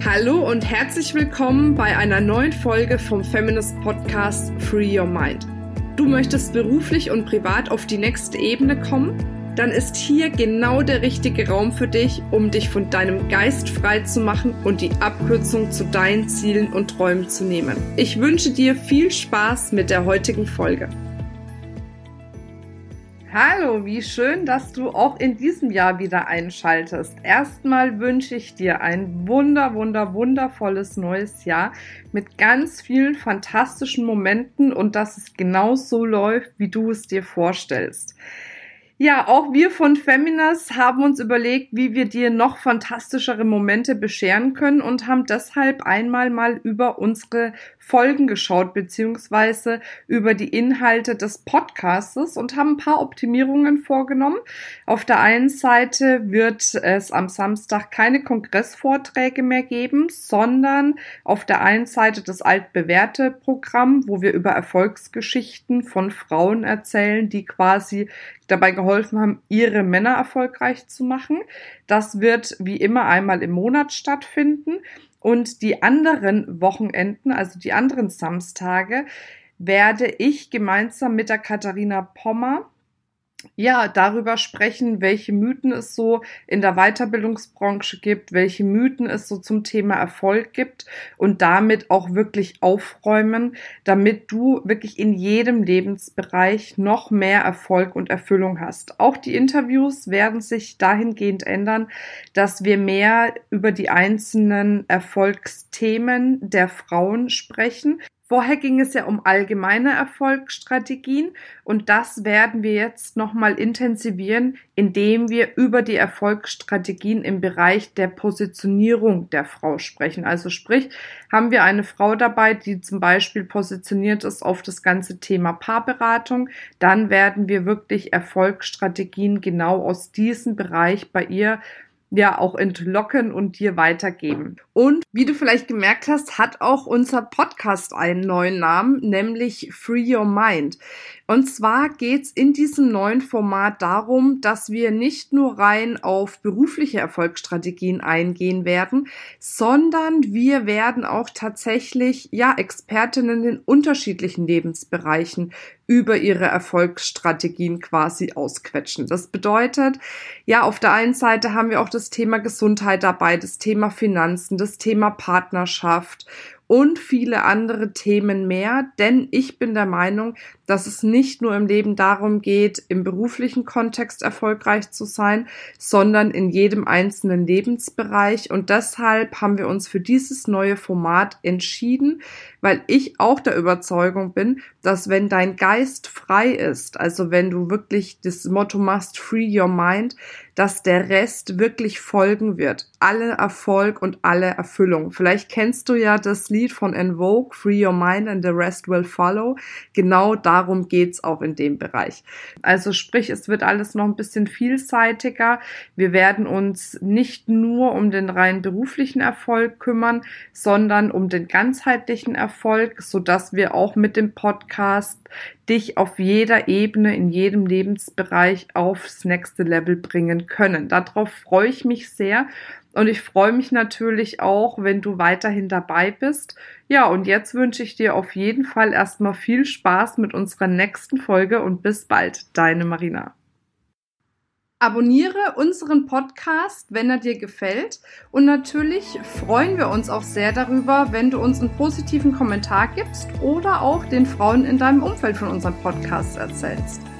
Hallo und herzlich willkommen bei einer neuen Folge vom Feminist Podcast Free Your Mind. Du möchtest beruflich und privat auf die nächste Ebene kommen? Dann ist hier genau der richtige Raum für dich, um dich von deinem Geist frei zu machen und die Abkürzung zu deinen Zielen und Träumen zu nehmen. Ich wünsche dir viel Spaß mit der heutigen Folge. Hallo, wie schön, dass du auch in diesem Jahr wieder einschaltest. Erstmal wünsche ich dir ein wundervolles neues Jahr mit ganz vielen fantastischen Momenten und dass es genau so läuft, wie du es dir vorstellst. Ja, auch wir von Feminist haben uns überlegt, wie wir dir noch fantastischere Momente bescheren können und haben deshalb einmal mal über unsere Folgen geschaut, beziehungsweise über die Inhalte des Podcastes und haben ein paar Optimierungen vorgenommen. Auf der einen Seite wird es am Samstag keine Kongressvorträge mehr geben, sondern auf der einen Seite das altbewährte Programm, wo wir über Erfolgsgeschichten von Frauen erzählen, die quasi dabei geholfen haben, ihre Männer erfolgreich zu machen. Das wird wie immer einmal im Monat stattfinden. Und die anderen Wochenenden, also die anderen Samstage, werde ich gemeinsam mit der Katharina Pommer darüber sprechen, welche Mythen es so in der Weiterbildungsbranche gibt, welche Mythen es so zum Thema Erfolg gibt und damit auch wirklich aufräumen, damit du wirklich in jedem Lebensbereich noch mehr Erfolg und Erfüllung hast. Auch die Interviews werden sich dahingehend ändern, dass wir mehr über die einzelnen Erfolgsthemen der Frauen sprechen. Vorher ging es ja um allgemeine Erfolgsstrategien und das werden wir jetzt nochmal intensivieren, indem wir über die Erfolgsstrategien im Bereich der Positionierung der Frau sprechen. Also sprich, haben wir eine Frau dabei, die zum Beispiel positioniert ist auf das ganze Thema Paarberatung, dann werden wir wirklich Erfolgsstrategien genau aus diesem Bereich bei ihr auch entlocken und dir weitergeben. Und wie du vielleicht gemerkt hast, hat auch unser Podcast einen neuen Namen, nämlich Free Your Mind. Und zwar geht's in diesem neuen Format darum, dass wir nicht nur rein auf berufliche Erfolgsstrategien eingehen werden, sondern wir werden auch tatsächlich Expertinnen in unterschiedlichen Lebensbereichen über ihre Erfolgsstrategien quasi ausquetschen. Das bedeutet, auf der einen Seite haben wir auch das Thema Gesundheit dabei, das Thema Finanzen, das Thema Partnerschaft und viele andere Themen mehr, denn ich bin der Meinung, dass es nicht nur im Leben darum geht, im beruflichen Kontext erfolgreich zu sein, sondern in jedem einzelnen Lebensbereich und deshalb haben wir uns für dieses neue Format entschieden, weil ich auch der Überzeugung bin, dass wenn dein Geist frei ist, also wenn du wirklich das Motto machst, Free Your Mind, dass der Rest wirklich folgen wird. Alle Erfolg und alle Erfüllung. Vielleicht kennst du ja das Lied von En Vogue, Free Your Mind and the Rest Will Follow. Genau darum geht's auch in dem Bereich. Also sprich, es wird alles noch ein bisschen vielseitiger. Wir werden uns nicht nur um den rein beruflichen Erfolg kümmern, sondern um den ganzheitlichen Erfolg, sodass wir auch mit dem Podcast dich auf jeder Ebene, in jedem Lebensbereich aufs nächste Level bringen können. Darauf freue ich mich sehr und ich freue mich natürlich auch, wenn du weiterhin dabei bist. Ja, und jetzt wünsche ich dir auf jeden Fall erstmal viel Spaß mit unserer nächsten Folge und bis bald, deine Marina. Abonniere unseren Podcast, wenn er dir gefällt. Und natürlich freuen wir uns auch sehr darüber, wenn du uns einen positiven Kommentar gibst oder auch den Frauen in deinem Umfeld von unserem Podcast erzählst.